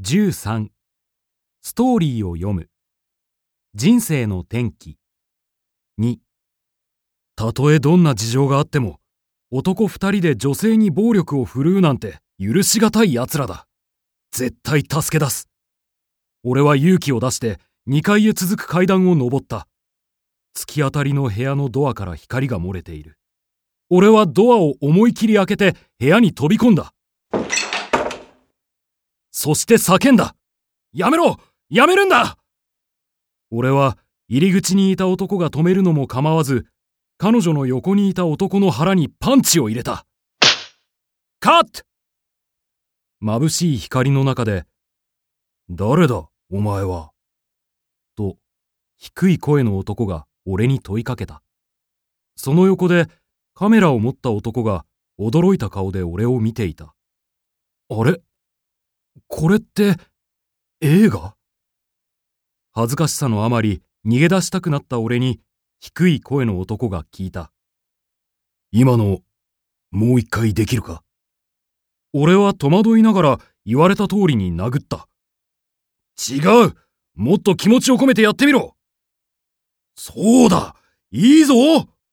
13ストーリーを読む人生の転機。2たとえどんな事情があっても男2人で女性に暴力を振るうなんて許しがたい奴らだ。絶対助け出す。俺は勇気を出して2階へ続く階段を上った。突き当たりの部屋のドアから光が漏れている。俺はドアを思い切り開けて部屋に飛び込んだ。そして叫んだ。やめろ！やめるんだ！俺は入り口にいた男が止めるのも構わず、彼女の横にいた男の腹にパンチを入れた。カット！眩しい光の中で、誰だ、お前は。と、低い声の男が俺に問いかけた。その横でカメラを持った男が驚いた顔で俺を見ていた。あれ？これって映画？恥ずかしさのあまり逃げ出したくなった俺に低い声の男が聞いた。今のもう一回できるか？俺は戸惑いながら言われた通りに殴った。違う！もっと気持ちを込めてやってみろ！そうだ！いいぞ！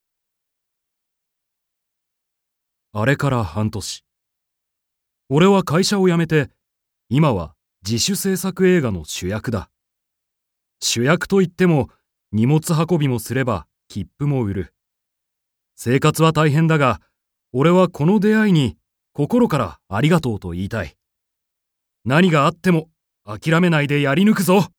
あれから半年。俺は会社を辞めて、今は自主制作映画の主役だ。主役といっても荷物運びもすれば切符も売る。生活は大変だが、俺はこの出会いに心からありがとうと言いたい。何があっても諦めないでやり抜くぞ。